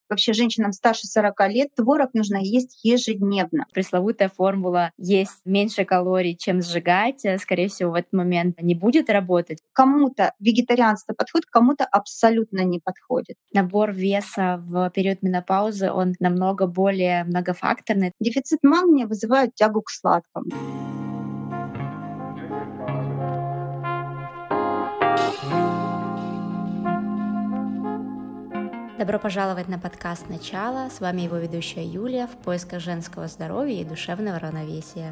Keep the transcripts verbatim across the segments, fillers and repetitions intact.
вообще женщинам старше сорока лет творог нужно есть ежедневно. Пресловутая формула «есть меньше калорий, чем сжигать», э, скорее всего, в этот момент не будет работать. Кому-то вегетарианство подходит, кому-то абсолютно не подходит. Набор веса в период менопаузы, он намного более многофакторный. Дефицит магния вызывает тягу к сладкому. Добро пожаловать на подкаст «Начало». С вами его ведущая Юлия в поисках женского здоровья и душевного равновесия.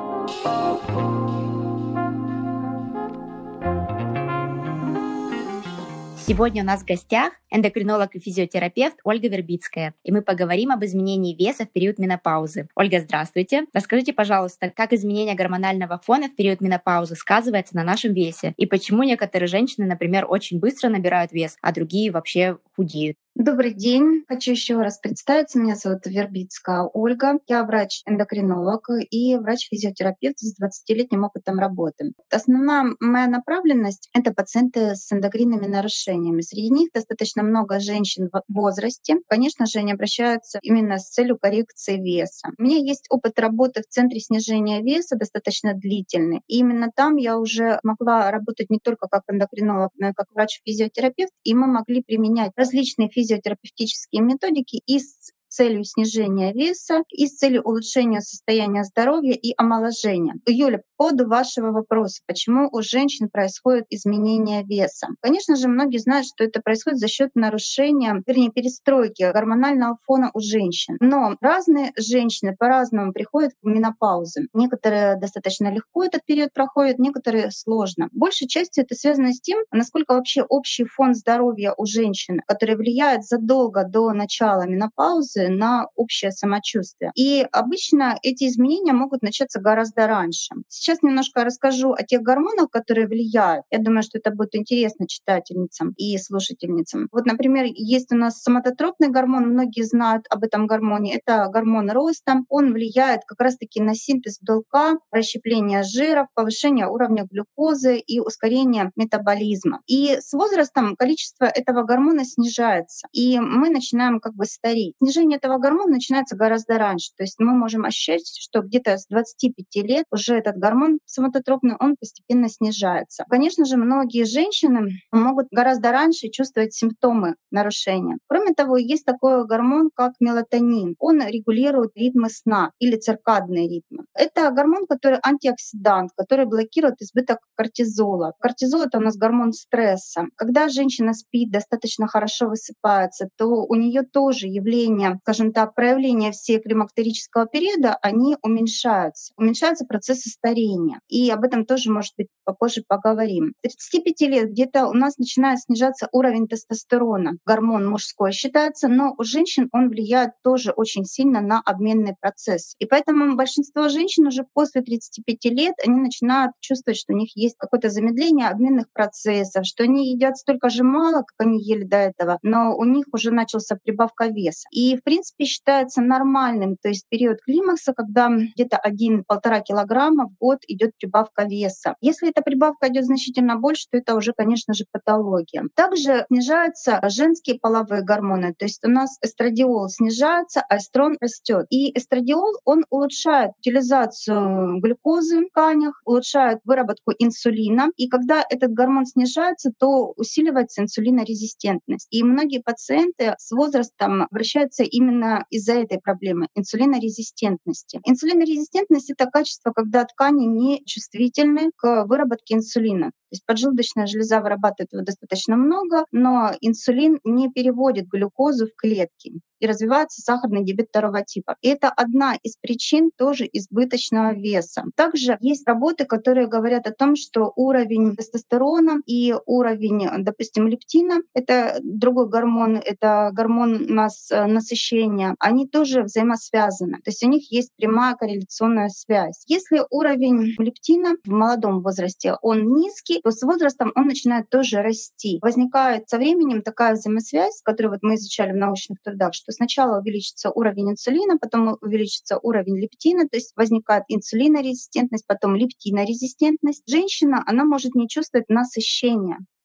Сегодня у нас в гостях эндокринолог и физиотерапевт Ольга Вербицкая, и мы поговорим об изменении веса в период менопаузы. Ольга, здравствуйте. Расскажите, пожалуйста, как изменение гормонального фона в период менопаузы сказывается на нашем весе, и почему некоторые женщины, например, очень быстро набирают вес, а другие вообще худеют? Добрый день. Хочу еще раз представиться. Меня зовут Вербицкая Ольга. Я врач-эндокринолог и врач-физиотерапевт с двадцатилетним опытом работы. Основная моя направленность — это пациенты с эндокринными нарушениями. Среди них достаточно много женщин в возрасте. Конечно же, они обращаются именно с целью коррекции веса. У меня есть опыт работы в Центре снижения веса, достаточно длительный. И именно там я уже могла работать не только как эндокринолог, но и как врач-физиотерапевт, и мы могли применять различные физиотерапевтические методики и с целью снижения веса, и с целью улучшения состояния здоровья и омоложения. Юля, по поводу вашего вопроса, почему у женщин происходит изменение веса? Конечно же, многие знают, что это происходит за счет нарушения, вернее, перестройки гормонального фона у женщин. Но разные женщины по-разному приходят к менопаузе. Некоторые достаточно легко этот период проходят, некоторые сложно. Большей частью это связано с тем, насколько вообще общий фон здоровья у женщины, который влияет задолго до начала менопаузы на общее самочувствие. И обычно эти изменения могут начаться гораздо раньше. Сейчас немножко расскажу о тех гормонах, которые влияют. Я думаю, что это будет интересно читательницам и слушательницам. Вот, например, есть у нас соматотропный гормон, многие знают об этом гормоне. Это гормон роста. Он влияет как раз-таки на синтез белка, расщепление жиров, повышение уровня глюкозы и ускорение метаболизма. И с возрастом количество этого гормона снижается, и мы начинаем как бы стареть. Снижение этого гормона начинается гораздо раньше. То есть мы можем ощущать, что где-то с двадцати пяти лет уже этот гормон соматотропный, он постепенно снижается. Конечно же, многие женщины могут гораздо раньше чувствовать симптомы нарушения. Кроме того, есть такой гормон, как мелатонин. Он регулирует ритмы сна или циркадные ритмы. Это гормон, который антиоксидант, который блокирует избыток кортизола. Кортизол — это у нас гормон стресса. Когда женщина спит, достаточно хорошо высыпается, то у нее тоже явление, скажем так, проявления всей климактерического периода, они уменьшаются. Уменьшаются процессы старения. И об этом тоже, может быть, попозже поговорим. С тридцати пяти лет где-то у нас начинает снижаться уровень тестостерона. Гормон мужской считается, но у женщин он влияет тоже очень сильно на обменный процесс. И поэтому большинство женщин уже после тридцати пяти лет, они начинают чувствовать, что у них есть какое-то замедление обменных процессов, что они едят столько же мало, как они ели до этого, но у них уже начался прибавка веса. И, в принципе, считается нормальным, то есть период климакса, когда где-то один-полтора килограмма в год идет прибавка веса. Если эта прибавка идет значительно больше, то это уже, конечно же, патология. Также снижаются женские половые гормоны, то есть у нас эстрадиол снижается, а эстрон растет. И эстрадиол, он улучшает утилизацию глюкозы в тканях, улучшает выработку инсулина. И когда этот гормон снижается, то усиливается инсулинорезистентность. И многие пациенты с возрастом обращаются именно из-за этой проблемы — инсулинорезистентности. Инсулинорезистентность — это качество, когда ткани не чувствительны к выработке инсулина. То есть поджелудочная железа вырабатывает его достаточно много, но инсулин не переводит глюкозу в клетки, и развивается сахарный диабет второго типа. И это одна из причин тоже избыточного веса. Также есть работы, которые говорят о том, что уровень тестостерона и уровень, допустим, лептина — это другой гормон, это гормон нас насыщения, они тоже взаимосвязаны. То есть у них есть прямая корреляционная связь. Если уровень лептина в молодом возрасте он низкий, то с возрастом он начинает тоже расти. Возникает со временем такая взаимосвязь, которую вот мы изучали в научных трудах, что сначала увеличится уровень инсулина, потом увеличится уровень лептина, то есть возникает инсулинорезистентность, потом лептинорезистентность. Женщина, она может не чувствовать насыщения.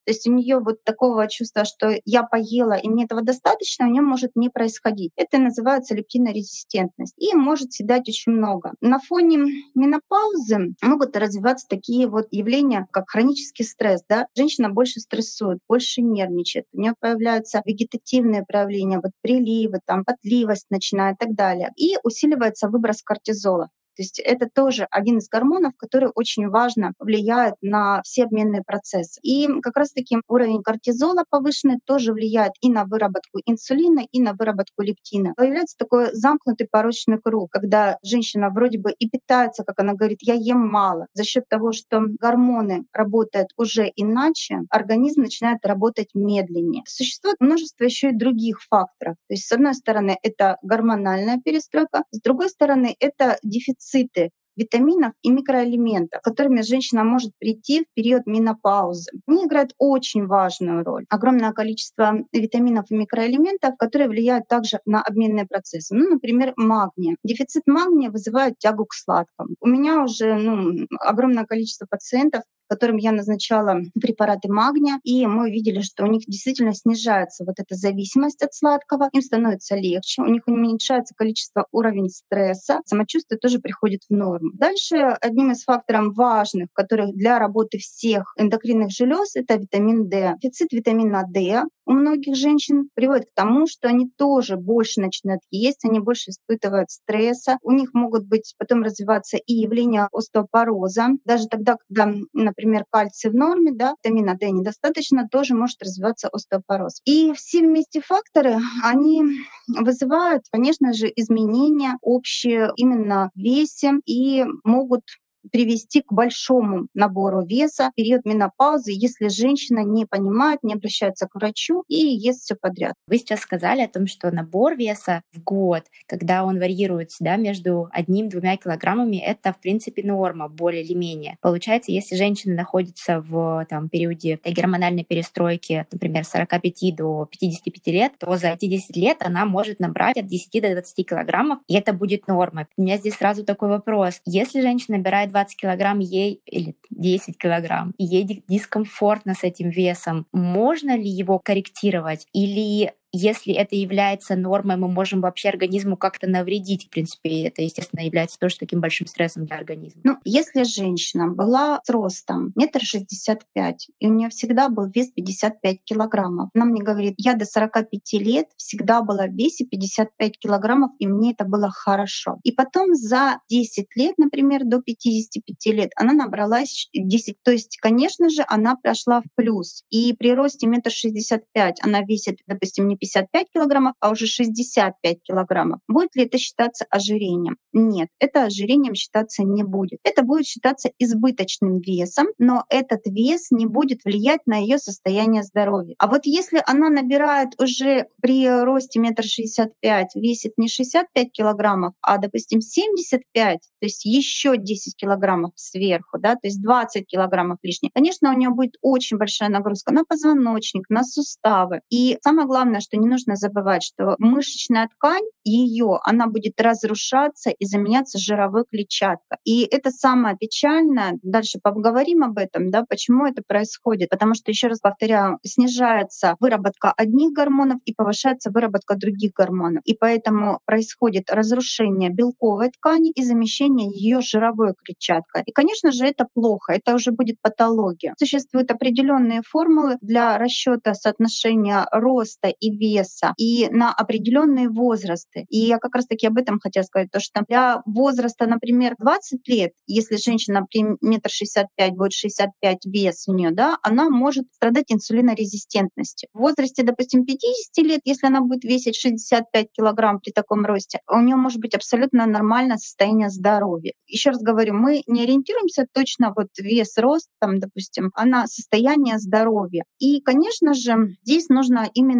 То есть у нее вот такого чувства, что я поела и мне этого достаточно, у нее может не происходить. Это называется лептинорезистентность. И может съедать очень много. На фоне менопаузы могут развиваться такие вот явления, как хронический стресс. Да? Женщина больше стрессует, больше нервничает. У нее появляются вегетативные проявления, вот приливы, там, потливость начинает и так далее. И усиливается выброс кортизола. То есть это тоже один из гормонов, который очень важно влияет на все обменные процессы. И как раз-таки уровень кортизола повышенный тоже влияет и на выработку инсулина, и на выработку лептина. Появляется такой замкнутый порочный круг, когда женщина вроде бы и питается, как она говорит, я ем мало. За счет того, что гормоны работают уже иначе, организм начинает работать медленнее. Существует множество еще и других факторов. То есть, с одной стороны, это гормональная перестройка, с другой стороны, это дефицит витаминов и микроэлементов, с которыми женщина может прийти в период менопаузы. Они играют очень важную роль. Огромное количество витаминов и микроэлементов, которые влияют также на обменные процессы. Ну, например, магния. Дефицит магния вызывает тягу к сладкому. У меня уже ну, огромное количество пациентов, которым я назначала препараты магния, и мы видели, что у них действительно снижается вот эта зависимость от сладкого, им становится легче, у них уменьшается количество уровень стресса, самочувствие тоже приходит в норму. Дальше одним из факторов важных, которых для работы всех эндокринных желез, это витамин D. Дефицит витамина D у многих женщин приводит к тому, что они тоже больше начинают есть, они больше испытывают стресса, у них могут быть потом развиваться и явления остеопороза, даже тогда, когда, например, кальций в норме, да, витамина D недостаточно, тоже может развиваться остеопороз. И все вместе факторы, они вызывают, конечно же, изменения общие именно в весе и могут привести к большому набору веса в период менопаузы, если женщина не понимает, не обращается к врачу и ест все подряд. Вы сейчас сказали о том, что набор веса в год, когда он варьируется да, между одним-двумя килограммами, это, в принципе, норма, более или менее. Получается, если женщина находится в там, периоде гормональной перестройки, например, с сорока пяти до пятидесяти пяти лет, то за пятьдесят лет она может набрать от десяти до двадцати килограммов, и это будет нормой. У меня здесь сразу такой вопрос. Если женщина набирает двадцать килограмм, ей или десять килограмм, и ей дискомфортно с этим весом, можно ли его корректировать? Или если это является нормой, мы можем вообще организму как-то навредить. В принципе, это, естественно, является тоже таким большим стрессом для организма. Ну, если женщина была с ростом метр шестьдесят пять, и у нее всегда был вес пятьдесят пять килограммов, она мне говорит, я до сорока пяти лет всегда была в весе пятьдесят пять килограммов, и мне это было хорошо. И потом за десять лет, например, до пятидесяти пяти лет, она набралась десять. То есть, конечно же, она прошла в плюс. И при росте метр шестьдесят пять она весит, допустим, не пятьдесят пять килограммов, а уже шестьдесят пять килограммов. Будет ли это считаться ожирением? Нет, это ожирением считаться не будет. Это будет считаться избыточным весом, но этот вес не будет влиять на ее состояние здоровья. А вот если она набирает уже при росте метр шестьдесят пять, весит не шестьдесят пять килограммов, а, допустим, семьдесят пять, то есть еще десять килограммов сверху, да, то есть двадцать килограммов лишних, конечно, у нее будет очень большая нагрузка на позвоночник, на суставы. И самое главное, что не нужно забывать, что мышечная ткань, ее, она будет разрушаться и заменяться жировой клетчаткой. И это самое печальное. Дальше поговорим об этом, да, почему это происходит. Потому что, еще раз повторяю, снижается выработка одних гормонов и повышается выработка других гормонов. И поэтому происходит разрушение белковой ткани и замещение ее жировой клетчаткой. И, конечно же, это плохо, это уже будет патология. Существуют определенные формулы для расчета соотношения роста и веса и на определенные возрасты. И я как раз-таки об этом хотела сказать, то, что для возраста, например, двадцать лет, если женщина при метр шестьдесят пять будет шестьдесят пять вес у нее, да, она может страдать инсулинорезистентностью. В возрасте, допустим, пятидесяти лет, если она будет весить шестьдесят пять килограмм при таком росте, у нее может быть абсолютно нормальное состояние здоровья. Еще раз говорю, мы не ориентируемся точно вот вес, рост, там, допустим, а на состояние здоровья. И, конечно же, здесь нужно именно оценивать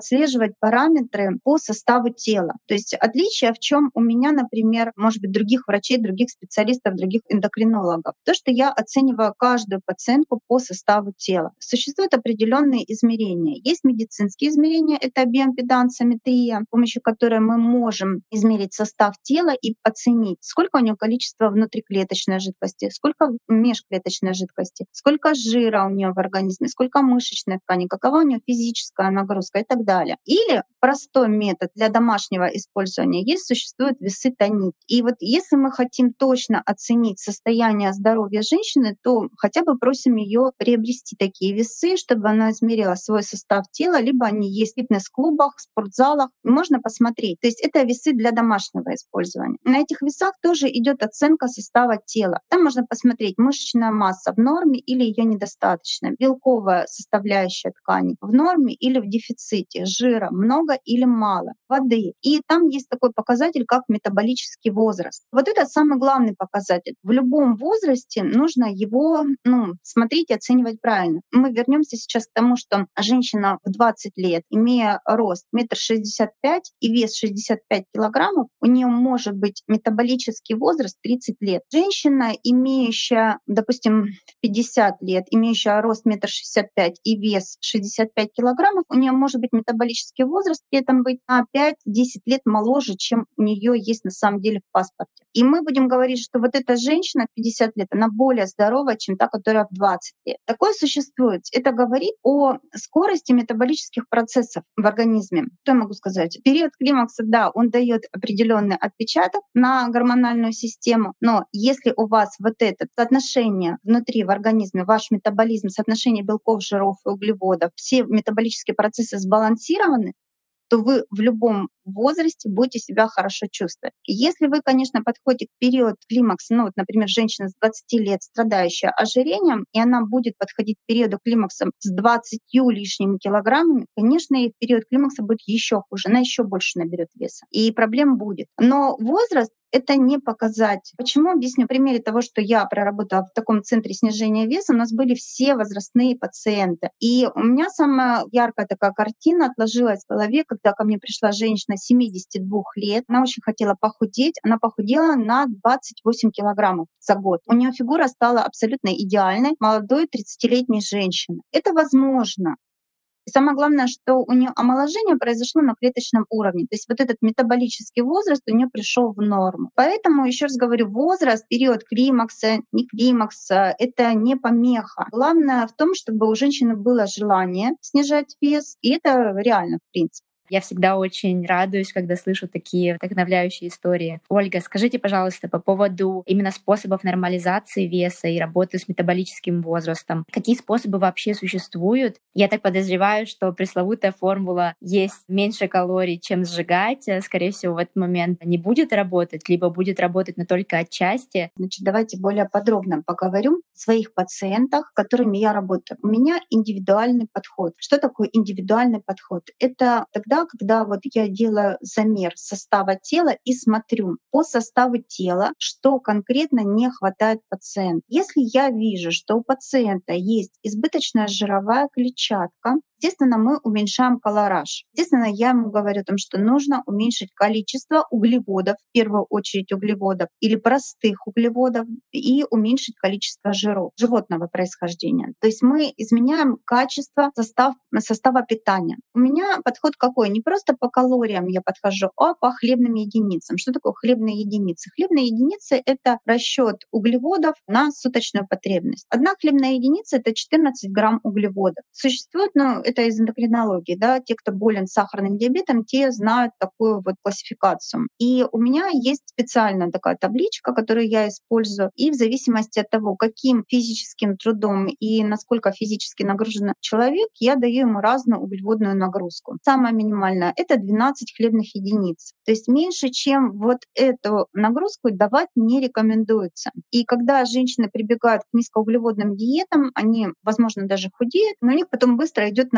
отслеживать параметры по составу тела. То есть отличие в чем у меня, например, может быть, других врачей, других специалистов, других эндокринологов. То, что я оцениваю каждую пациентку по составу тела. Существуют определенные измерения. Есть медицинские измерения, это биоимпедансометрия, с помощью которой мы можем измерить состав тела и оценить, сколько у него количества внутриклеточной жидкости, сколько межклеточной жидкости, сколько жира у нее в организме, сколько мышечной ткани, какова у нее физическая нагрузка и так далее. Или простой метод для домашнего использования есть, существуют весы Танит. И вот если мы хотим точно оценить состояние здоровья женщины, то хотя бы просим ее приобрести такие весы, чтобы она измерила свой состав тела, либо они есть в фитнес-клубах, спортзалах, можно посмотреть. То есть это весы для домашнего использования. На этих весах тоже идет оценка состава тела. Там можно посмотреть, мышечная масса в норме или ее недостаточно, белковая составляющая ткани в норме или в дефиците, жира много или мало, воды. И там есть такой показатель, как метаболический возраст. Вот это самый главный показатель. В любом возрасте нужно его ну, смотреть и оценивать правильно. Мы вернемся сейчас к тому, что женщина в двадцать лет, имея рост метр шестьдесят пять и вес шестьдесят пять килограммов, у нее может быть метаболический возраст тридцать лет. Женщина, имеющая, допустим, в пятьдесят лет, имеющая рост метр шестьдесят пять и вес шестьдесят пять килограммов, у нее может быть метаболический возраст при этом быть на пять-десять лет моложе, чем у нее есть на самом деле в паспорте. И мы будем говорить, что вот эта женщина в пятьдесят лет, она более здоровая, чем та, которая в двадцать лет. Такое существует. Это говорит о скорости метаболических процессов в организме. Что я могу сказать? Период климакса, да, он дает определенный отпечаток на гормональную систему, но если у вас вот это соотношение внутри в организме, ваш метаболизм, соотношение белков, жиров и углеводов, все метаболические процессы сбалансированы, то вы в любом возрасте будете себя хорошо чувствовать. И если вы, конечно, подходите к периоду климакса, ну вот, например, женщина с двадцати лет, страдающая ожирением, и она будет подходить к периоду климакса с двадцатью лишними килограммами, конечно, ей в период климакса будет еще хуже, она еще больше наберет веса, и проблем будет. Но возраст это не показатель. Почему? Объясню. На примере того, что я проработала в таком центре снижения веса, у нас были все возрастные пациенты. И у меня самая яркая такая картина отложилась в голове, когда ко мне пришла женщина семидесяти двух лет. Она очень хотела похудеть. Она похудела на двадцать восемь килограммов за год. У нее фигура стала абсолютно идеальной молодой тридцатилетней женщины. Это возможно. И самое главное, что у нее омоложение произошло на клеточном уровне. То есть вот этот метаболический возраст у нее пришел в норму. Поэтому, еще раз говорю, возраст, период климакса, не климакса — это не помеха. Главное в том, чтобы у женщины было желание снижать вес, и это реально, в принципе. Я всегда очень радуюсь, когда слышу такие вдохновляющие истории. Ольга, скажите, пожалуйста, по поводу именно способов нормализации веса и работы с метаболическим возрастом. Какие способы вообще существуют? Я так подозреваю, что пресловутая формула «есть меньше калорий, чем сжигать», скорее всего, в этот момент не будет работать, либо будет работать, но только отчасти. Значит, давайте более подробно поговорим о своих пациентах, с которыми я работаю. У меня индивидуальный подход. Что такое индивидуальный подход? Это тогда, когда вот я делаю замер состава тела и смотрю по составу тела, что конкретно не хватает пациенту. Если я вижу, что у пациента есть избыточная жировая клетчатка, естественно, мы уменьшаем колораж. Естественно, я ему говорю о том, что нужно уменьшить количество углеводов, в первую очередь углеводов или простых углеводов, и уменьшить количество жиров животного происхождения. То есть мы изменяем качество состав, состава питания. У меня подход какой? Не просто по калориям я подхожу, а по хлебным единицам. Что такое хлебные единицы? Хлебные единицы — это расчет углеводов на суточную потребность. Одна хлебная единица — это четырнадцать грамм углеводов. Существует, ну, это из эндокринологии, да, те, кто болен сахарным диабетом, те знают такую вот классификацию. И у меня есть специальная такая табличка, которую я использую, и в зависимости от того, каким физическим трудом и насколько физически нагружен человек, я даю ему разную углеводную нагрузку. Самая минимальная — это двенадцать хлебных единиц. То есть меньше, чем вот эту нагрузку давать не рекомендуется. И когда женщины прибегают к низкоуглеводным диетам, они, возможно, даже худеют, но у них потом быстро идет на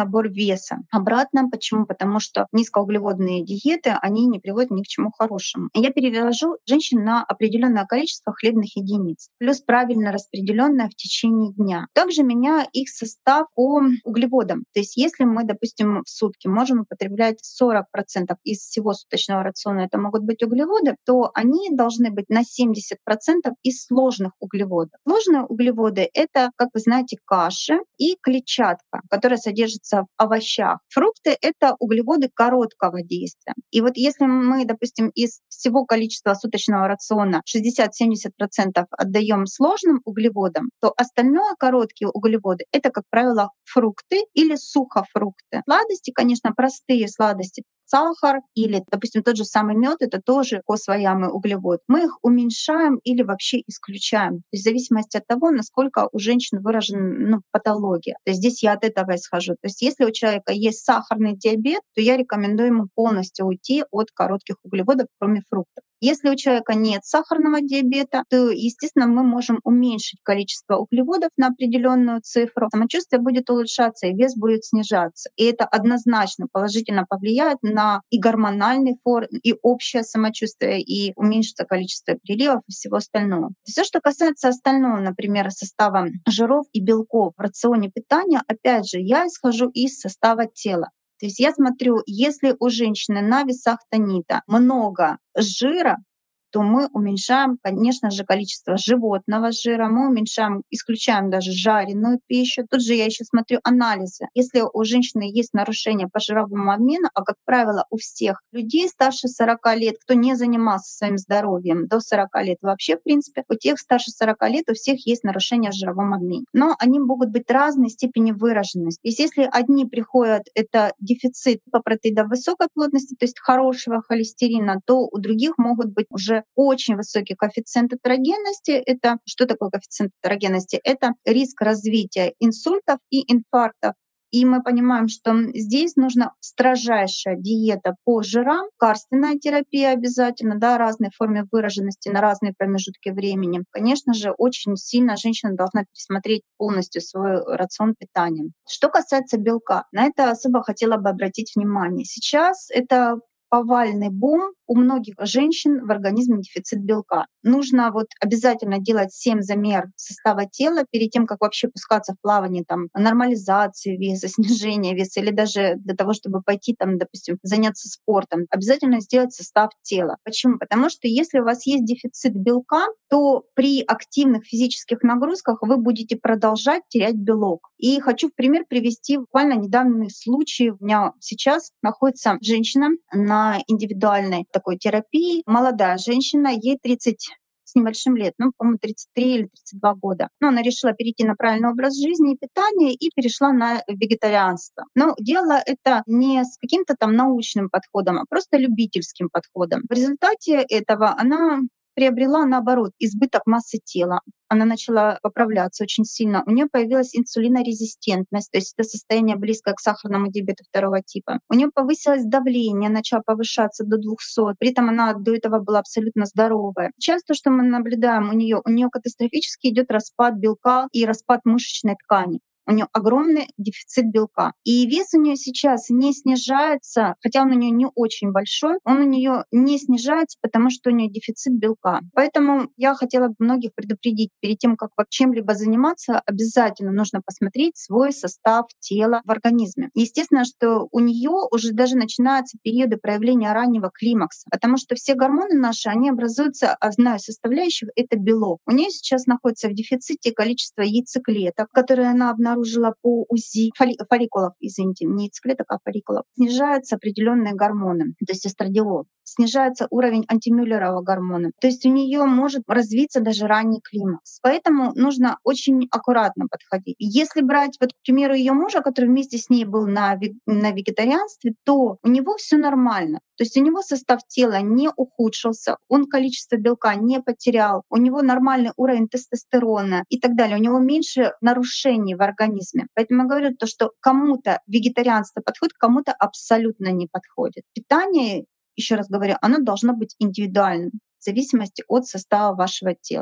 набор веса. Обратно. Почему? Потому что низкоуглеводные диеты, они не приводят ни к чему хорошему. Я перевожу женщин на определенное количество хлебных единиц, плюс правильно распределенное в течение дня. Также меняю их состав по углеводам. То есть если мы, допустим, в сутки можем употреблять сорок процентов из всего суточного рациона, это могут быть углеводы, то они должны быть на семьдесят процентов из сложных углеводов. Сложные углеводы — это, как вы знаете, каши и клетчатка, которая содержится в овощах. Фрукты — это углеводы короткого действия. И вот если мы, допустим, из всего количества суточного рациона шестьдесят-семьдесят процентов отдаем сложным углеводам, то остальное, короткие углеводы, это, как правило, фрукты или сухофрукты. Сладости, конечно, простые сладости, сахар или, допустим, тот же самый мед — это тоже усвояемый углевод. Мы их уменьшаем или вообще исключаем. То есть в зависимости от того, насколько у женщин выражена ну, патология. То есть здесь я от этого исхожу. То есть если у человека есть сахарный диабет, то я рекомендую ему полностью уйти от коротких углеводов, кроме фруктов. Если у человека нет сахарного диабета, то, естественно, мы можем уменьшить количество углеводов на определенную цифру. Самочувствие будет улучшаться, и вес будет снижаться. И это однозначно положительно повлияет на и гормональный фон, и общее самочувствие, и уменьшится количество приливов и всего остального. Все, что касается остального, например, состава жиров и белков в рационе питания, опять же, я исхожу из состава тела. То есть я смотрю, если у женщины на весах тонита много жира, то мы уменьшаем, конечно же, количество животного жира, мы уменьшаем, исключаем даже жареную пищу. Тут же я еще смотрю анализы. Если у женщины есть нарушение по жировому обмену, а, как правило, у всех людей старше сорока лет, кто не занимался своим здоровьем до сорока лет вообще, в принципе, у тех старше сорока лет у всех есть нарушение в жировом обмене. Но они могут быть разной степени выраженности. То есть если одни приходят, это дефицит по протеидам высокой плотности, то есть хорошего холестерина, то у других могут быть уже очень высокий коэффициент атерогенности. Это что такое коэффициент атерогенности? Это риск развития инсультов и инфарктов. И мы понимаем, что здесь нужна строжайшая диета по жирам, лекарственная терапия обязательно, да, разной форме выраженности на разные промежутки времени. Конечно же, очень сильно женщина должна пересмотреть полностью свой рацион питания. Что касается белка, на это особо хотела бы обратить внимание. Сейчас это повальный бум. У многих женщин в организме дефицит белка. Нужно вот обязательно делать семь-замер состава тела перед тем, как вообще пускаться в плавание, там, нормализации веса, снижения веса или даже для того, чтобы пойти, там, допустим, заняться спортом. Обязательно сделать состав тела. Почему? Потому что если у вас есть дефицит белка, то при активных физических нагрузках вы будете продолжать терять белок. И хочу в пример привести буквально недавний случай. У меня сейчас находится женщина на индивидуальной такой терапии. Молодая женщина, ей тридцать с небольшим лет, ну, по-моему, тридцать три или тридцать два года. Но она решила перейти на правильный образ жизни и питания и перешла на вегетарианство. Но делала это не с каким-то там научным подходом, а просто любительским подходом. В результате этого она приобрела, наоборот, избыток массы тела. Она начала поправляться очень сильно. У нее появилась инсулинорезистентность, то есть это состояние близкое к сахарному диабету второго типа. У нее повысилось давление, начало повышаться до двухсот. При этом она до этого была абсолютно здоровая. Часто, что мы наблюдаем у нее, у нее катастрофически идет распад белка и распад мышечной ткани. У нее огромный дефицит белка. И вес у нее сейчас не снижается, хотя он у нее не очень большой, он у нее не снижается, потому что у нее дефицит белка. Поэтому я хотела бы многих предупредить, перед тем, как чем-либо заниматься, обязательно нужно посмотреть свой состав тела в организме. Естественно, что у нее уже даже начинаются периоды проявления раннего климакса, потому что все гормоны наши, они образуются, одна из составляющих — это белок. У нее сейчас находится в дефиците количество яйцеклеток, которые она обнаружила по УЗИ, фоли, фолликулов, извините, не яйцеклеток, а фолликулов. Снижаются определенные гормоны, то есть эстрадиол. Снижается уровень антимюллерова гормона. То есть у нее может развиться даже ранний климакс. Поэтому нужно очень аккуратно подходить. Если брать, вот, к примеру, ее мужа, который вместе с ней был на, на вегетарианстве, то у него все нормально. То есть у него состав тела не ухудшился, он количество белка не потерял, у него нормальный уровень тестостерона и так далее. У него меньше нарушений в организме. Поэтому я говорю то, что кому-то вегетарианство подходит, кому-то абсолютно не подходит. Питание, еще раз говорю, оно должно быть индивидуальным в зависимости от состава вашего тела.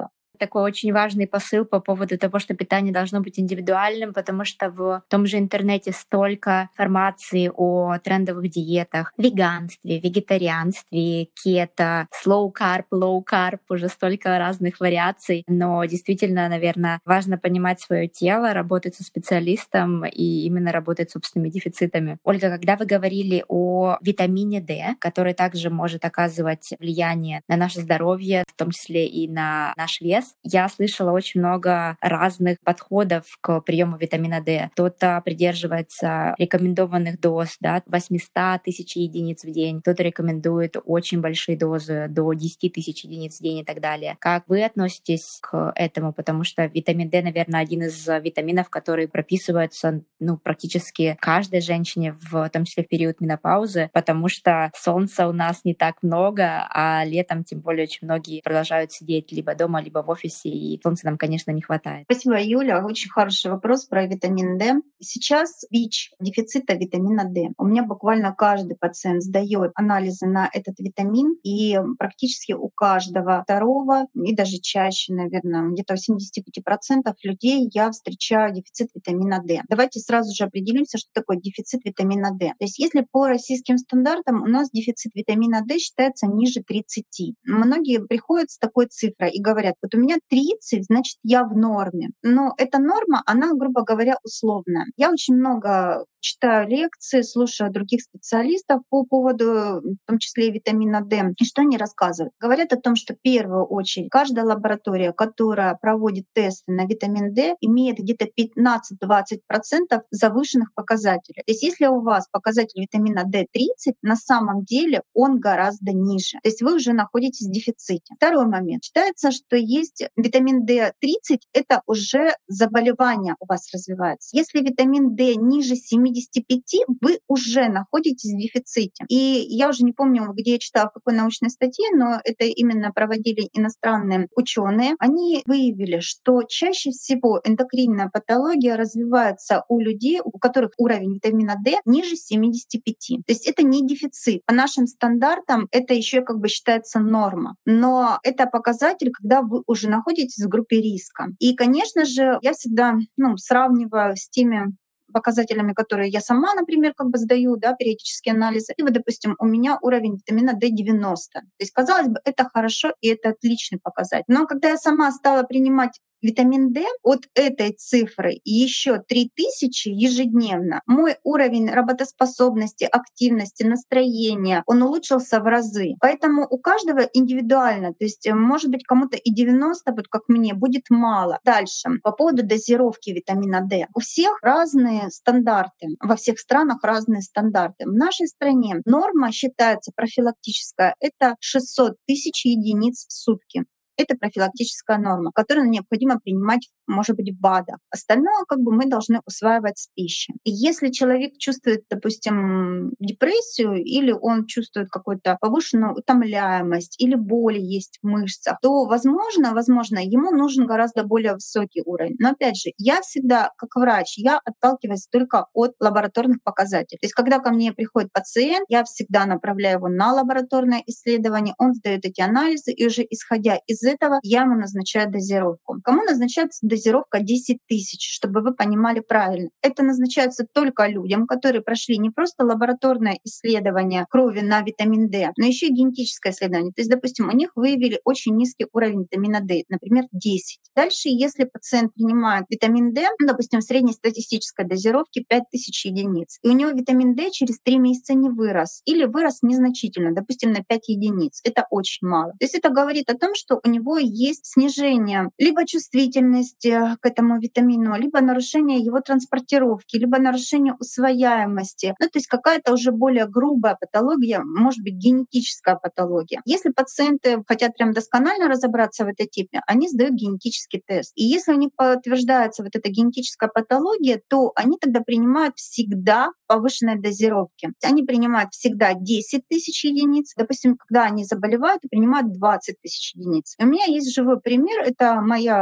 такой очень важный посыл по поводу того, что питание должно быть индивидуальным, потому что в том же интернете столько информации о трендовых диетах, веганстве, вегетарианстве, кето, slow carb, low carb, уже столько разных вариаций. Но действительно, наверное, важно понимать свое тело, работать со специалистом и именно работать с собственными дефицитами. Ольга, когда вы говорили о витамине D, который также может оказывать влияние на наше здоровье, в том числе и на наш вес, я слышала очень много разных подходов к приему витамина D. Кто-то придерживается рекомендованных доз, да, восемьсот тысяч единиц в день, кто-то рекомендует очень большие дозы, до десять тысяч единиц в день и так далее. Как вы относитесь к этому? Потому что витамин D, наверное, один из витаминов, который прописывается ну, практически каждой женщине, в том числе в период менопаузы, потому что солнца у нас не так много, а летом тем более очень многие продолжают сидеть либо дома, либо в офисе, и солнца нам, конечно, не хватает. Спасибо, Юля. Очень хороший вопрос про витамин D. Сейчас ВИЧ дефицита витамина D. У меня буквально каждый пациент сдает анализы на этот витамин, и практически у каждого второго, и даже чаще, наверное, где-то у семьдесят пять процентов людей я встречаю дефицит витамина D. Давайте сразу же определимся, что такое дефицит витамина D. То есть если по российским стандартам у нас дефицит витамина D считается ниже тридцати. Многие приходят с такой цифрой и говорят, вот у меня тридцать, значит, я в норме. Но эта норма, она, грубо говоря, условная. Я очень много читаю лекции, слушаю других специалистов по поводу, в том числе и витамина D. И что они рассказывают? Говорят о том, что в первую очередь каждая лаборатория, которая проводит тесты на витамин D, имеет где-то пятнадцать-двадцать процентов завышенных показателей. То есть если у вас показатель витамина D тридцать, на самом деле он гораздо ниже. То есть вы уже находитесь в дефиците. Второй момент. Считается, что есть витамин D тридцать, это уже заболевание у вас развивается. Если витамин D ниже семидесяти пяти, вы уже находитесь в дефиците. И я уже не помню, где я читала, в какой научной статье, но это именно проводили иностранные ученые. Они выявили, что чаще всего эндокринная патология развивается у людей, у которых уровень витамина D ниже семидесяти пяти. То есть это не дефицит. По нашим стандартам это еще как бы считается норма. Но это показатель, когда вы уже находитесь в группе риска. И, конечно же, я всегда ну, сравниваю с теми показателями, которые я сама, например, как бы сдаю, да, периодические анализы. И вот, допустим, у меня уровень витамина D девяносто. То есть, казалось бы, это хорошо и это отличный показатель. Но когда я сама стала принимать витамин D от этой цифры еще три тысячи ежедневно, мой уровень работоспособности, активности, настроения, он улучшился в разы. Поэтому у каждого индивидуально, то есть может быть кому-то и девяносто, вот как мне, будет мало. Дальше, по поводу дозировки витамина D. У всех разные стандарты, во всех странах разные стандарты. В нашей стране норма считается профилактическая, это шестьсот тысяч единиц в сутки. Это профилактическая норма, которую необходимо принимать, может быть, в БАДах. Остальное как бы мы должны усваивать с пищей. И если человек чувствует, допустим, депрессию, или он чувствует какую-то повышенную утомляемость, или боли есть в мышцах, то, возможно, возможно, ему нужен гораздо более высокий уровень. Но опять же, я всегда, как врач, я отталкиваюсь только от лабораторных показателей. То есть, когда ко мне приходит пациент, я всегда направляю его на лабораторное исследование, он сдает эти анализы, и уже исходя из этого я ему назначаю дозировку. Кому назначается дозировка десять тысяч, чтобы вы понимали правильно? Это назначается только людям, которые прошли не просто лабораторное исследование крови на витамин D, но еще и генетическое исследование. То есть, допустим, у них выявили очень низкий уровень витамина D, например, десять. Дальше, если пациент принимает витамин D, ну, допустим, в среднестатистической дозировке пять тысяч единиц, и у него витамин D через три месяца не вырос или вырос незначительно, допустим, на пять единиц, это очень мало. То есть это говорит о том, что у него есть снижение либо чувствительности к этому витамину, либо нарушение его транспортировки, либо нарушение усвояемости. Ну, то есть какая-то уже более грубая патология, может быть, генетическая патология. Если пациенты хотят прям досконально разобраться в этой теме, они сдают генетический тест. И если у них подтверждается вот эта генетическая патология, то они тогда принимают всегда повышенной дозировки. Они принимают всегда десять тысяч единиц. Допустим, когда они заболевают, принимают двадцать тысяч единиц. У меня есть живой пример. Это моя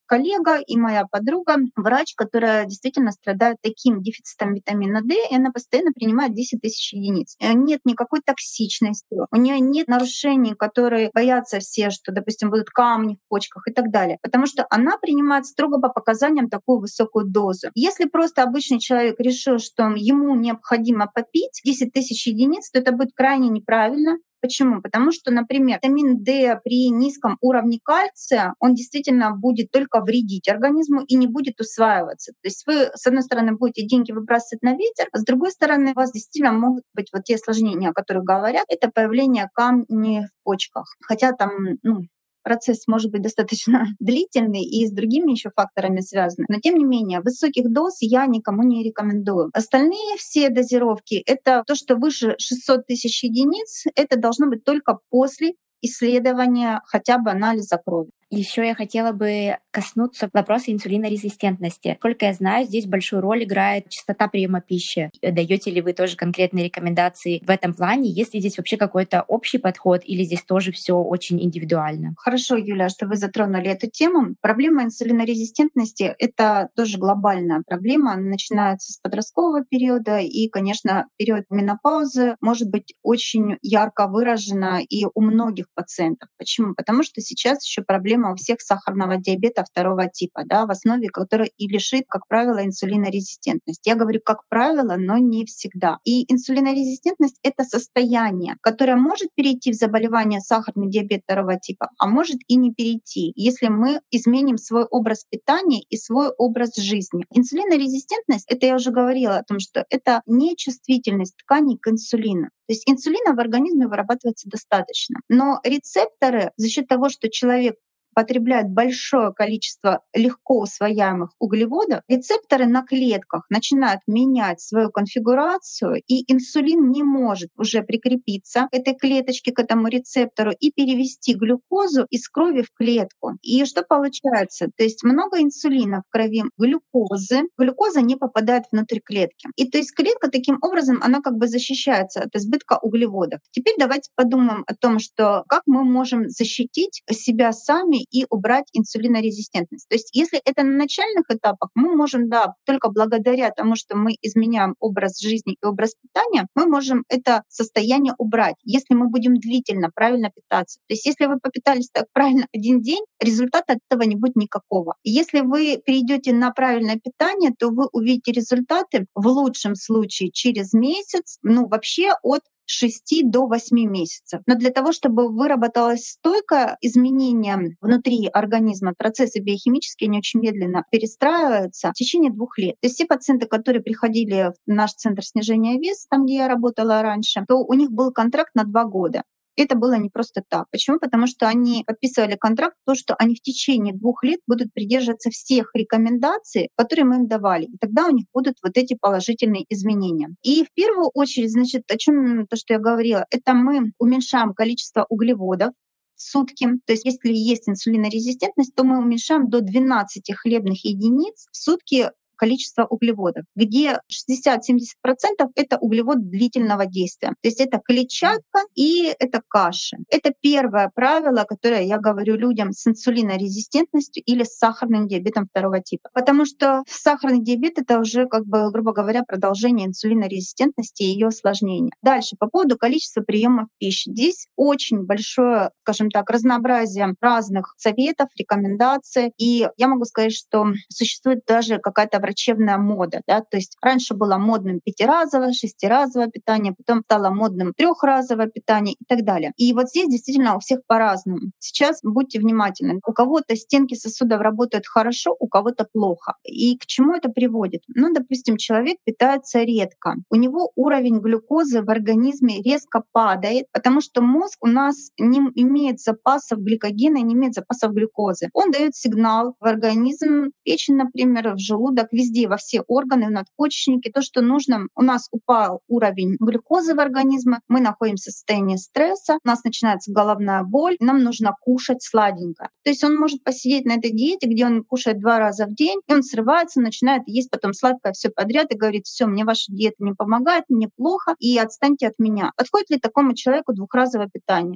коллега и моя подруга, врач, которая действительно страдает таким дефицитом витамина D, и она постоянно принимает десять тысяч единиц. Э, Нет никакой токсичности, у нее нет нарушений, которые боятся все, что, допустим, будут камни в почках и так далее, потому что она принимает строго по показаниям такую высокую дозу. Если просто обычный человек решил, что ему необходимо попить десять тысяч единиц, то это будет крайне неправильно. Почему? Потому что, например, витамин D при низком уровне кальция, он действительно будет только вредить организму и не будет усваиваться. То есть вы, с одной стороны, будете деньги выбрасывать на ветер, а с другой стороны, у вас действительно могут быть вот те осложнения, о которых говорят, это появление камней в почках. Хотя там, ну, процесс может быть достаточно длительный и с другими еще факторами связан. Но тем не менее, высоких доз я никому не рекомендую. Остальные все дозировки — это то, что выше шестисот тысяч единиц, это должно быть только после исследования хотя бы анализа крови. Еще я хотела бы коснуться вопроса инсулинорезистентности. Сколько я знаю, здесь большую роль играет частота приема пищи. Даете ли вы тоже конкретные рекомендации в этом плане? Есть ли здесь вообще какой-то общий подход или здесь тоже все очень индивидуально? Хорошо, Юля, что вы затронули эту тему. Проблема инсулинорезистентности — это тоже глобальная проблема. Она начинается с подросткового периода, и, конечно, период менопаузы может быть очень ярко выражена и у многих пациентов. Почему? Потому что сейчас еще проблема у всех сахарного диабета второго типа, да, в основе которой и лежит, как правило, инсулинорезистентность. Я говорю как правило, но не всегда. И инсулинорезистентность — это состояние, которое может перейти в заболевание сахарный диабет второго типа, а может и не перейти, если мы изменим свой образ питания и свой образ жизни. Инсулинорезистентность — это я уже говорила о том, что это нечувствительность тканей к инсулину. То есть инсулина в организме вырабатывается достаточно. Но рецепторы за счет того, что человек потребляет большое количество легко усвояемых углеводов, рецепторы на клетках начинают менять свою конфигурацию, и инсулин не может уже прикрепиться к этой клеточке, к этому рецептору и перевести глюкозу из крови в клетку. И что получается? То есть много инсулина в крови, глюкозы, глюкоза не попадает внутрь клетки. И то есть клетка таким образом, она как бы защищается от избытка углеводов. Теперь давайте подумаем о том, что как мы можем защитить себя сами и убрать инсулинорезистентность. То есть если это на начальных этапах, мы можем, да, только благодаря тому, что мы изменяем образ жизни и образ питания, мы можем это состояние убрать, если мы будем длительно правильно питаться. То есть если вы попитались так правильно один день, результата от этого не будет никакого. Если вы перейдете на правильное питание, то вы увидите результаты в лучшем случае через месяц, ну вообще от шести до восьми месяцев. Но для того, чтобы выработалось стойкое изменение внутри организма, процессы биохимические, они очень медленно перестраиваются в течение двух лет. То есть все пациенты, которые приходили в наш центр снижения веса, там, где я работала раньше, то у них был контракт на два года. Это было не просто так. Почему? Потому что они подписывали контракт, то, что они в течение двух лет будут придерживаться всех рекомендаций, которые мы им давали. И тогда у них будут вот эти положительные изменения. И в первую очередь, значит, о чем то, что я говорила, это мы уменьшаем количество углеводов в сутки. То есть если есть инсулинорезистентность, то мы уменьшаем до двенадцати хлебных единиц в сутки количество углеводов, где шестьдесят-семьдесят процентов это углевод длительного действия. То есть это клетчатка и это каши. Это первое правило, которое я говорю людям с инсулинорезистентностью или с сахарным диабетом второго типа. Потому что сахарный диабет — это уже, как бы, грубо говоря, продолжение инсулинорезистентности и ее осложнения. Дальше, по поводу количества приемов пищи. Здесь очень большое, скажем так, разнообразие разных советов, рекомендаций. И я могу сказать, что существует даже какая-то врачебная мода. Да? То есть раньше было модным пятиразовое, шестиразовое питание, потом стало модным трехразовое питание и так далее. И вот здесь действительно у всех по-разному. Сейчас будьте внимательны. У кого-то стенки сосудов работают хорошо, у кого-то плохо. И к чему это приводит? Ну, допустим, человек питается редко. У него уровень глюкозы в организме резко падает, потому что мозг у нас не имеет запасов гликогена, не имеет запасов глюкозы. Он дает сигнал в организм, в печень, например, в желудок, везде, во все органы, в надпочечники, то, что нужно. У нас упал уровень глюкозы в организме, мы находимся в состоянии стресса, у нас начинается головная боль, нам нужно кушать сладенькое. То есть он может посидеть на этой диете, где он кушает два раза в день, и он срывается, начинает есть потом сладкое все подряд и говорит: все, мне ваша диета не помогает, мне плохо, и отстаньте от меня. Подходит ли такому человеку двухразовое питание?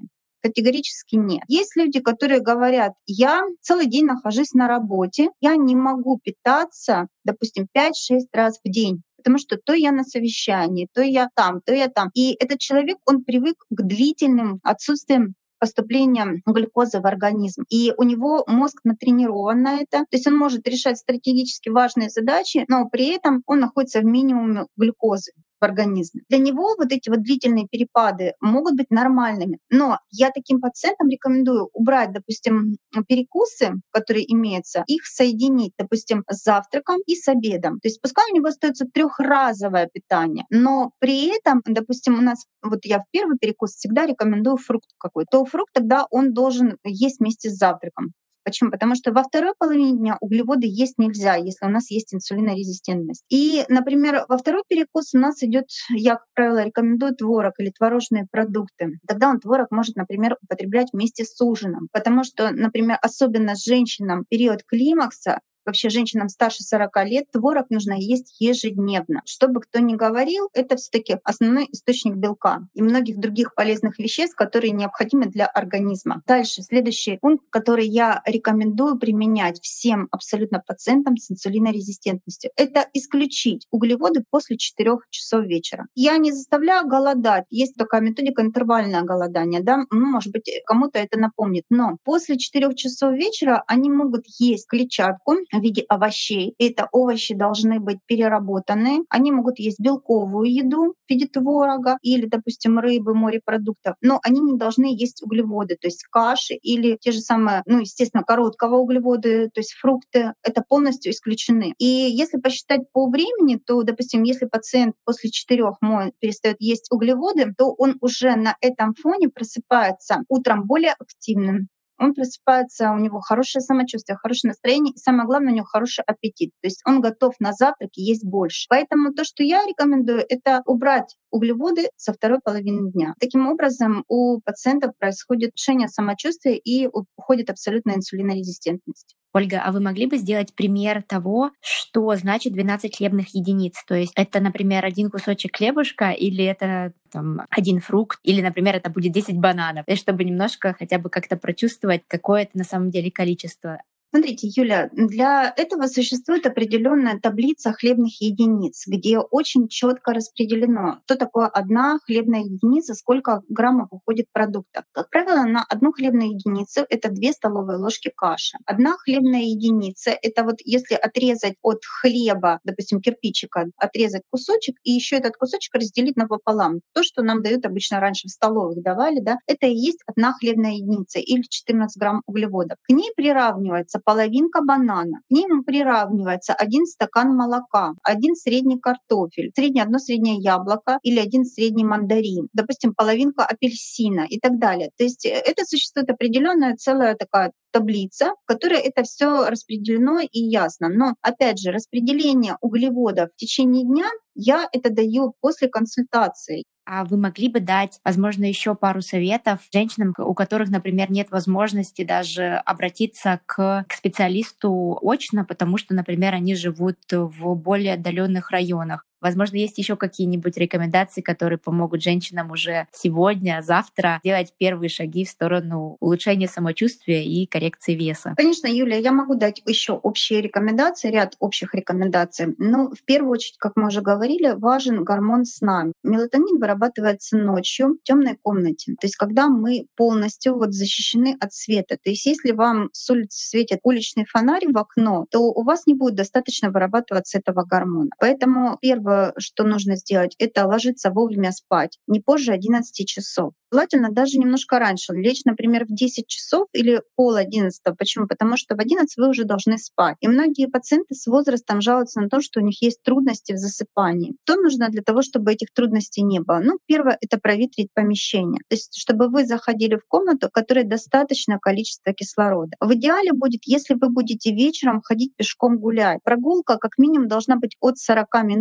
Категорически нет. Есть люди, которые говорят: я целый день нахожусь на работе, я не могу питаться, допустим, пять-шесть раз в день, потому что то я на совещании, то я там, то я там. И этот человек, он привык к длительным отсутствиям поступления глюкозы в организм. И у него мозг натренирован на это. То есть он может решать стратегически важные задачи, но при этом он находится в минимуме глюкозы в организме. Для него вот эти вот длительные перепады могут быть нормальными. Но я таким пациентам рекомендую убрать, допустим, перекусы, которые имеются, их соединить, допустим, с завтраком и с обедом. То есть пускай у него остается трехразовое питание, но при этом, допустим, у нас, вот я в первый перекус всегда рекомендую фрукт какой-то. То фрукт тогда он должен есть вместе с завтраком. Почему? Потому что во второй половине дня углеводы есть нельзя, если у нас есть инсулинорезистентность. И, например, во второй перекус у нас идет, я, как правило, рекомендую творог или творожные продукты. Тогда он творог может, например, употреблять вместе с ужином. Потому что, например, особенно женщинам период климакса, вообще женщинам старше сорока лет, творог нужно есть ежедневно. Что бы кто ни говорил, это все таки основной источник белка и многих других полезных веществ, которые необходимы для организма. Дальше, следующий пункт, который я рекомендую применять всем абсолютно пациентам с инсулинорезистентностью, это исключить углеводы после четырёх часов вечера. Я не заставляю голодать. Есть такая методика интервальное голодание, да, ну, может быть, кому-то это напомнит. Но после четырёх часов вечера они могут есть клетчатку в виде овощей. Это овощи должны быть переработаны. Они могут есть белковую еду в виде творога или, допустим, рыбы, морепродуктов, но они не должны есть углеводы, то есть каши или те же самые, ну, естественно, короткого углеводы, то есть фрукты. Это полностью исключены. И если посчитать по времени, то, допустим, если пациент после четырех перестает есть углеводы, то он уже на этом фоне просыпается утром более активным. Он просыпается, у него хорошее самочувствие, хорошее настроение, и самое главное, у него хороший аппетит. То есть он готов на завтрак и есть больше. Поэтому то, что я рекомендую, это убрать углеводы со второй половины дня. Таким образом, у пациентов происходит улучшение самочувствия и уходит абсолютная инсулинорезистентность. Ольга, а вы могли бы сделать пример того, что значит двенадцать хлебных единиц? То есть это, например, один кусочек хлебушка или это там, один фрукт, или, например, это будет десять бананов, и чтобы немножко хотя бы как-то прочувствовать, какое это на самом деле количество. Смотрите, Юля, для этого существует определенная таблица хлебных единиц, где очень четко распределено, что такое одна хлебная единица, сколько граммов уходит продукта. Как правило, на одну хлебную единицу это две столовые ложки каши. Одна хлебная единица — это вот если отрезать от хлеба, допустим, кирпичика, отрезать кусочек и еще этот кусочек разделить напополам. То, что нам дают обычно раньше в столовых давали, да, это и есть одна хлебная единица или четырнадцать грамм углеводов. К ней приравнивается половинка банана. К ним приравнивается один стакан молока, один средний картофель, среднее, одно среднее яблоко или один средний мандарин, допустим, половинка апельсина и так далее. То есть это существует определенная целая такая таблица, в которой это все распределено и ясно. Но опять же, распределение углеводов в течение дня я это даю после консультации. А вы могли бы дать, возможно, еще пару советов женщинам, у которых, например, нет возможности даже обратиться к, к специалисту очно, потому что, например, они живут в более отдаленных районах? Возможно, есть еще какие-нибудь рекомендации, которые помогут женщинам уже сегодня, завтра делать первые шаги в сторону улучшения самочувствия и коррекции веса? Конечно, Юлия, я могу дать еще общие рекомендации, ряд общих рекомендаций. Но в первую очередь, как мы уже говорили, важен гормон сна. Мелатонин вырабатывается ночью в темной комнате. То есть когда мы полностью вот защищены от света. То есть если вам с улицы светит уличный фонарь в окно, то у вас не будет достаточно вырабатываться этого гормона. Поэтому первое, что нужно сделать, это ложиться вовремя спать, не позже одиннадцати часов. Желательно даже немножко раньше, лечь, например, в десять часов или пол одиннадцатого. Почему? Потому что в одиннадцать вы уже должны спать. И многие пациенты с возрастом жалуются на то, что у них есть трудности в засыпании. Что нужно для того, чтобы этих трудностей не было? Ну, первое — это проветрить помещение. То есть чтобы вы заходили в комнату, в которой достаточное количество кислорода. В идеале будет, если вы будете вечером ходить пешком гулять. Прогулка как минимум должна быть от сорока минут до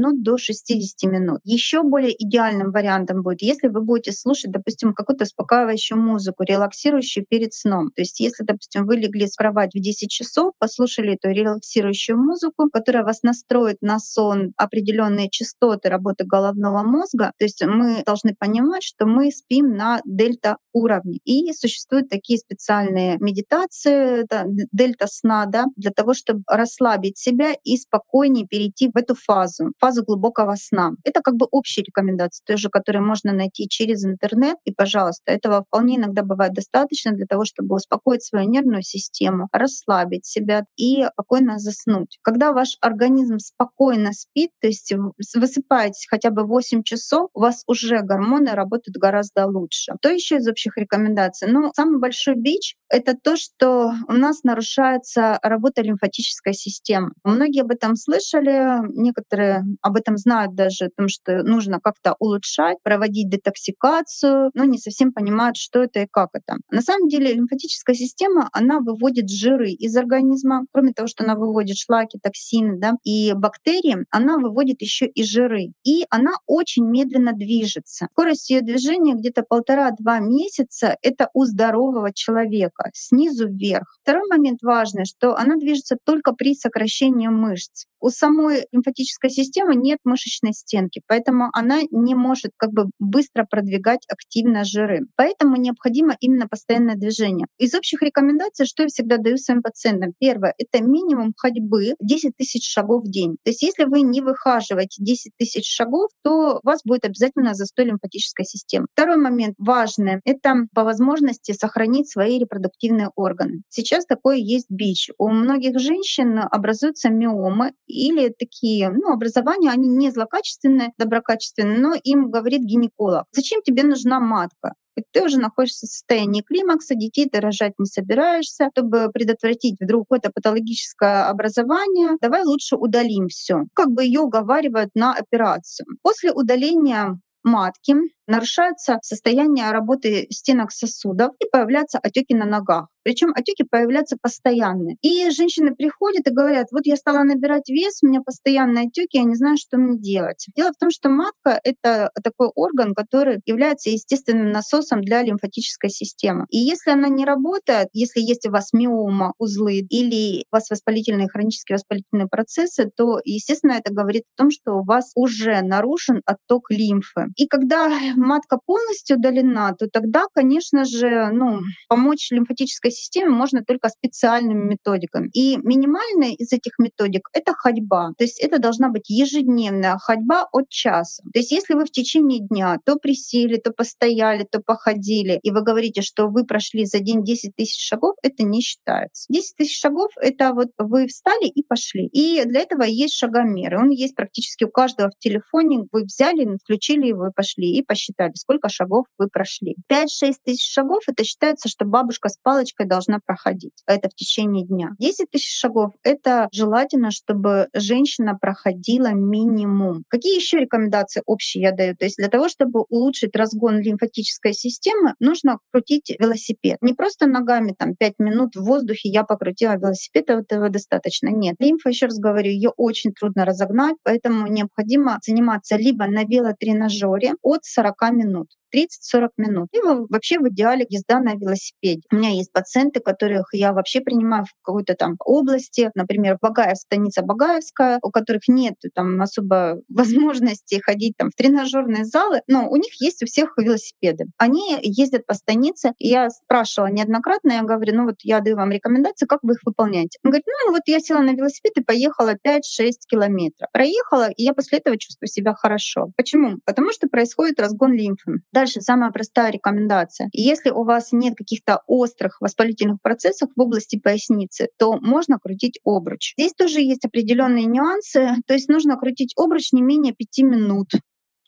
шестидесяти минут. Еще более идеальным вариантом будет, если вы будете слушать, допустим, какую-то успокаивающую музыку, релаксирующую перед сном. То есть если, допустим, вы легли в кровать в десять часов, послушали эту релаксирующую музыку, которая вас настроит на сон, определенные частоты работы головного мозга, то есть мы должны понимать, что мы спим на дельта-уровне. И существуют такие специальные медитации, да, дельта-сна, да, для того, чтобы расслабить себя и спокойнее перейти в эту фазу, фазу глубокого сна. Это как бы общие рекомендации, тоже, которые можно найти через интернет. И, пожалуйста, этого вполне иногда бывает достаточно для того, чтобы успокоить свою нервную систему, расслабить себя и спокойно заснуть. Когда ваш организм спокойно спит, то есть высыпаетесь хотя бы восемь часов, у вас уже гормоны работают гораздо лучше. То еще из общих рекомендаций? Ну, самый большой бич — это то, что у нас нарушается работа лимфатической системы. Многие об этом слышали, некоторые об этом знают даже, о том, что нужно как-то улучшать, проводить детоксикацию, но не совсем понимают, что это и как это. На самом деле лимфатическая система, она выводит жиры из организма. Кроме того, что она выводит шлаки, токсины, да, и бактерии, она выводит еще и жиры. И она очень медленно движется. Скорость ее движения где-то полтора-два месяца — это у здорового человека, снизу вверх. Второй момент важный, что она движется только при сокращении мышц. У самой лимфатической системы нет мышечной стенки, поэтому она не может как бы быстро продвигать активно жиры. Поэтому необходимо именно постоянное движение. Из общих рекомендаций, что я всегда даю своим пациентам. Первое — это минимум ходьбы десять тысяч шагов в день. То есть если вы не выхаживаете десять тысяч шагов, то у вас будет обязательно застой лимфатической системы. Второй момент важный — это по возможности сохранить свои репродуктивные органы. Сейчас такой есть бич. У многих женщин образуются миомы или такие, ну, образования, они не злокачественные, доброкачественные, но им говорит гинеколог: зачем тебе нужна матка? Ты уже находишься в состоянии климакса, детей ты рожать не собираешься. Чтобы предотвратить вдруг какое-то патологическое образование, давай лучше удалим все. Как бы ее уговаривают на операцию. После удаления матки нарушается состояние работы стенок сосудов и появляются отеки на ногах. Причем отеки появляются постоянные. И женщины приходят и говорят: вот я стала набирать вес, у меня постоянные отеки, я не знаю, что мне делать. Дело в том, что матка — это такой орган, который является естественным насосом для лимфатической системы. И если она не работает, если есть у вас миома, узлы или у вас воспалительные, хронические воспалительные процессы, то, естественно, это говорит о том, что у вас уже нарушен отток лимфы. И когда матка полностью удалена, то тогда, конечно же, ну, помочь лимфатической системе можно только специальными методиками. И минимальная из этих методик — это ходьба. То есть это должна быть ежедневная ходьба от часа. То есть если вы в течение дня то присели, то постояли, то походили, и вы говорите, что вы прошли за день десять тысяч шагов, это не считается. десять тысяч шагов — это вот вы встали и пошли. И для этого есть шагомер. Он есть практически у каждого в телефоне. Вы взяли, включили его и пошли, и посчитали, сколько шагов вы прошли. пять-шесть тысяч шагов — это считается, что бабушка с палочкой должна проходить. Это в течение дня. десять тысяч шагов — это желательно, чтобы женщина проходила минимум. Какие еще рекомендации общие я даю? То есть для того, чтобы улучшить разгон лимфатической системы, нужно крутить велосипед. Не просто ногами там пять минут в воздухе я покрутила велосипед, этого достаточно. Нет. Лимфа, еще раз говорю, ее очень трудно разогнать, поэтому необходимо заниматься либо на велотренажере от сорока минут. тридцать-сорок минут. И вообще в идеале езда на велосипеде. У меня есть пациенты, которых я вообще принимаю в какой-то там области, например, Багаев, станица Багаевская, у которых нет там особо возможности ходить там в тренажерные залы, но у них есть у всех велосипеды. Они ездят по станице, и я спрашивала неоднократно, я говорю: ну вот я даю вам рекомендации, как вы их выполняете. Он говорит: ну вот я села на велосипед и поехала пять-шесть километров. Проехала, и я после этого чувствую себя хорошо. Почему? Потому что происходит разгон лимфы. Дальше самая простая рекомендация. Если у вас нет каких-то острых воспалительных процессов в области поясницы, то можно крутить обруч. Здесь тоже есть определенные нюансы. То есть нужно крутить обруч не менее пяти минут.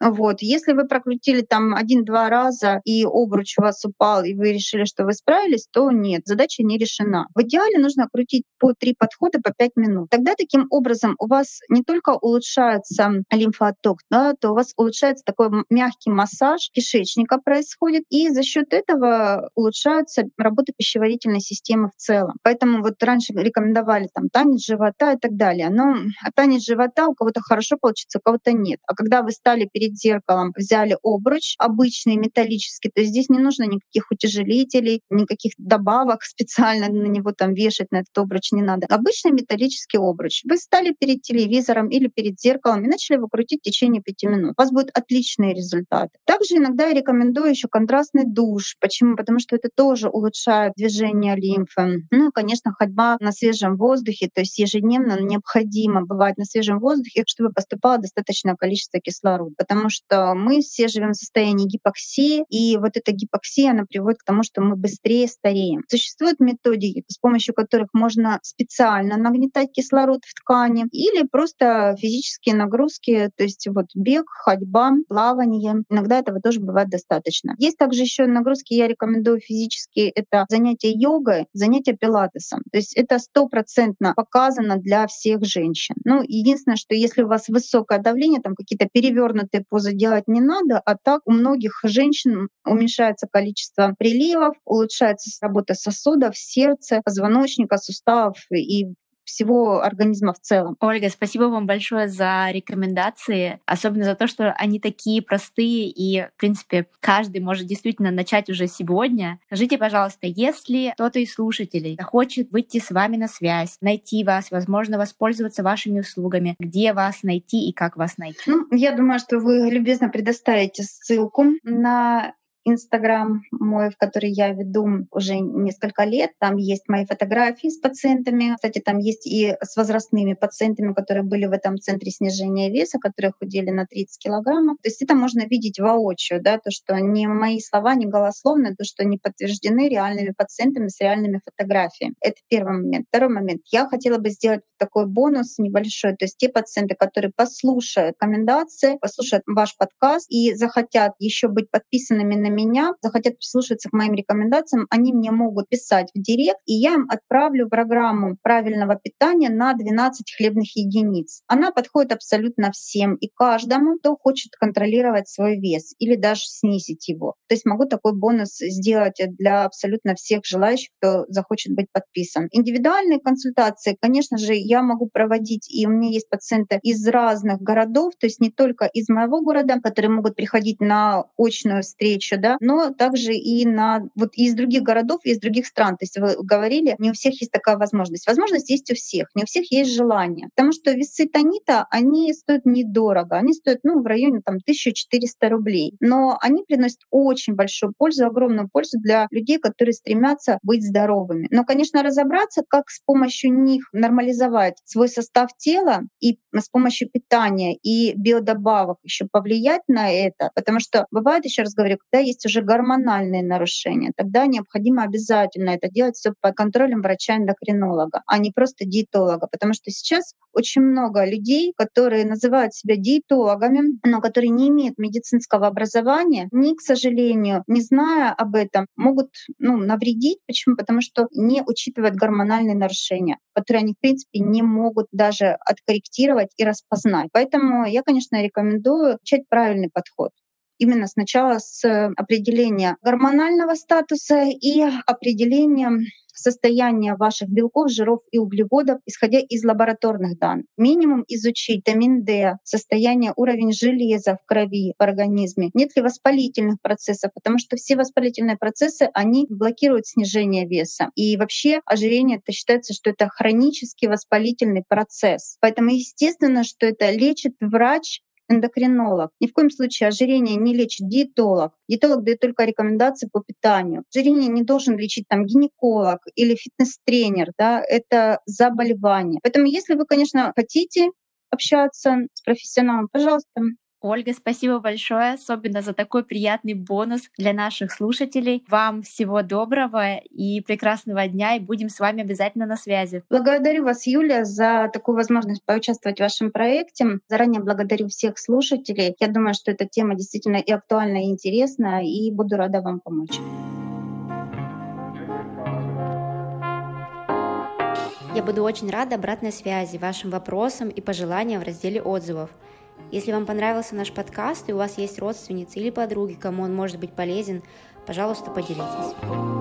Вот. Если вы прокрутили там один-два раза, и обруч у вас упал, и вы решили, что вы справились, то нет, задача не решена. В идеале нужно крутить по три подхода по пять минут. Тогда таким образом у вас не только улучшается лимфоотток, да, то у вас улучшается такой м- мягкий массаж кишечника происходит, и за счет этого улучшается работа пищеварительной системы в целом. Поэтому вот раньше рекомендовали там танец живота и так далее. Но танец живота у кого-то хорошо получится, у кого-то нет. А когда вы стали перед зеркалом, взяли обруч обычный металлический, то здесь не нужно никаких утяжелителей, никаких добавок специально на него там вешать, на этот обруч не надо. Обычный металлический обруч. Вы стали перед телевизором или перед зеркалом и начали его крутить в течение пяти минут. У вас будут отличные результаты. Также иногда я рекомендую еще контрастный душ. Почему? Потому что это тоже улучшает движение лимфы. Ну и, конечно, ходьба на свежем воздухе, то есть ежедневно необходимо бывать на свежем воздухе, чтобы поступало достаточное количество кислорода. Потому что мы все живем в состоянии гипоксии, и вот эта гипоксия, она приводит к тому, что мы быстрее стареем. Существуют методики, с помощью которых можно специально нагнетать кислород в ткани или просто физические нагрузки, то есть вот бег, ходьба, плавание. Иногда этого тоже бывает достаточно. Есть также еще нагрузки, я рекомендую физические, это занятия йогой, занятия пилатесом. То есть это стопроцентно показано для всех женщин. Ну, единственное, что если у вас высокое давление, там какие-то перевернутые позы делать не надо, а так у многих женщин уменьшается количество приливов, улучшается работа сосудов, сердца, позвоночника, суставов и всего организма в целом. Ольга, спасибо вам большое за рекомендации, особенно за то, что они такие простые, и, в принципе, каждый может действительно начать уже сегодня. Скажите, пожалуйста, если кто-то из слушателей захочет выйти с вами на связь, найти вас, возможно, воспользоваться вашими услугами, где вас найти и как вас найти? Ну, я думаю, что вы любезно предоставите ссылку на Инстаграм мой, в который я веду уже несколько лет. Там есть мои фотографии с пациентами. Кстати, там есть и с возрастными пациентами, которые были в этом центре снижения веса, которые худели на тридцать килограммов. То есть это можно видеть воочию, да, то, что не мои слова, не голословно, то, что они подтверждены реальными пациентами с реальными фотографиями. Это первый момент. Второй момент. Я хотела бы сделать такой бонус небольшой. То есть те пациенты, которые послушают рекомендации, послушают ваш подкаст и захотят еще быть подписанными на меня, захотят прислушиваться к моим рекомендациям, они мне могут писать в директ, и я им отправлю программу правильного питания на двенадцать хлебных единиц. Она подходит абсолютно всем и каждому, кто хочет контролировать свой вес или даже снизить его. То есть могу такой бонус сделать для абсолютно всех желающих, кто захочет быть подписан. Индивидуальные консультации, конечно же, я могу проводить, и у меня есть пациенты из разных городов, то есть не только из моего города, которые могут приходить на очную встречу, да, но также и на вот из других городов, из других стран. То есть вы говорили, не у всех есть такая возможность. Возможность есть у всех, не у всех есть желание. Потому что весы тонита, они стоят недорого, они стоят ну, в районе там, тысяча четыреста рублей. Но они приносят очень большую пользу, огромную пользу для людей, которые стремятся быть здоровыми. Но, конечно, разобраться, как с помощью них нормализовать свой состав тела и с помощью питания и биодобавок еще повлиять на это, потому что бывает, еще раз говорю, когда есть уже гормональные нарушения, тогда необходимо обязательно это делать все под контролем врача-эндокринолога, а не просто диетолога, потому что сейчас очень много людей, которые называют себя диетологами, но которые не имеют медицинского образования, ни, к сожалению, не зная об этом, могут ну, навредить. Почему? Потому что не учитывают гормональные нарушения, которые они, в принципе, не могут даже откорректировать и распознать. Поэтому я, конечно, рекомендую начать правильный подход. Именно сначала с определения гормонального статуса и определения состояния ваших белков, жиров и углеводов, исходя из лабораторных данных. Минимум изучить витамин D, состояние, уровень железа в крови в организме, нет ли воспалительных процессов, потому что все воспалительные процессы, они блокируют снижение веса. И вообще ожирение, это считается, что это хронический воспалительный процесс. Поэтому естественно, что это лечит врач, эндокринолог. Ни в коем случае ожирение не лечит диетолог. Диетолог дает только рекомендации по питанию. Ожирение не должен лечить там гинеколог или фитнес-тренер. Да? Это заболевание. Поэтому если вы, конечно, хотите общаться с профессионалом, пожалуйста, Ольга, спасибо большое, особенно за такой приятный бонус для наших слушателей. Вам всего доброго и прекрасного дня, и будем с вами обязательно на связи. Благодарю вас, Юля, за такую возможность поучаствовать в вашем проекте. Заранее благодарю всех слушателей. Я думаю, что эта тема действительно и актуальна, и интересна, и буду рада вам помочь. Я буду очень рада обратной связи, вашим вопросам и пожеланиям в разделе отзывов. Если вам понравился наш подкаст и у вас есть родственницы или подруги, кому он может быть полезен, пожалуйста, поделитесь.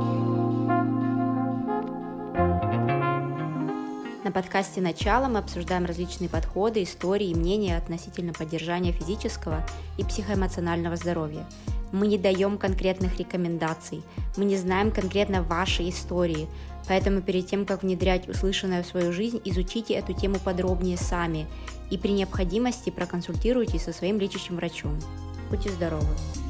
На подкасте «Начало» мы обсуждаем различные подходы, истории и мнения относительно поддержания физического и психоэмоционального здоровья. Мы не даем конкретных рекомендаций, мы не знаем конкретно вашей истории, поэтому перед тем, как внедрять услышанное в свою жизнь, изучите эту тему подробнее сами и при необходимости проконсультируйтесь со своим лечащим врачом. Будьте здоровы!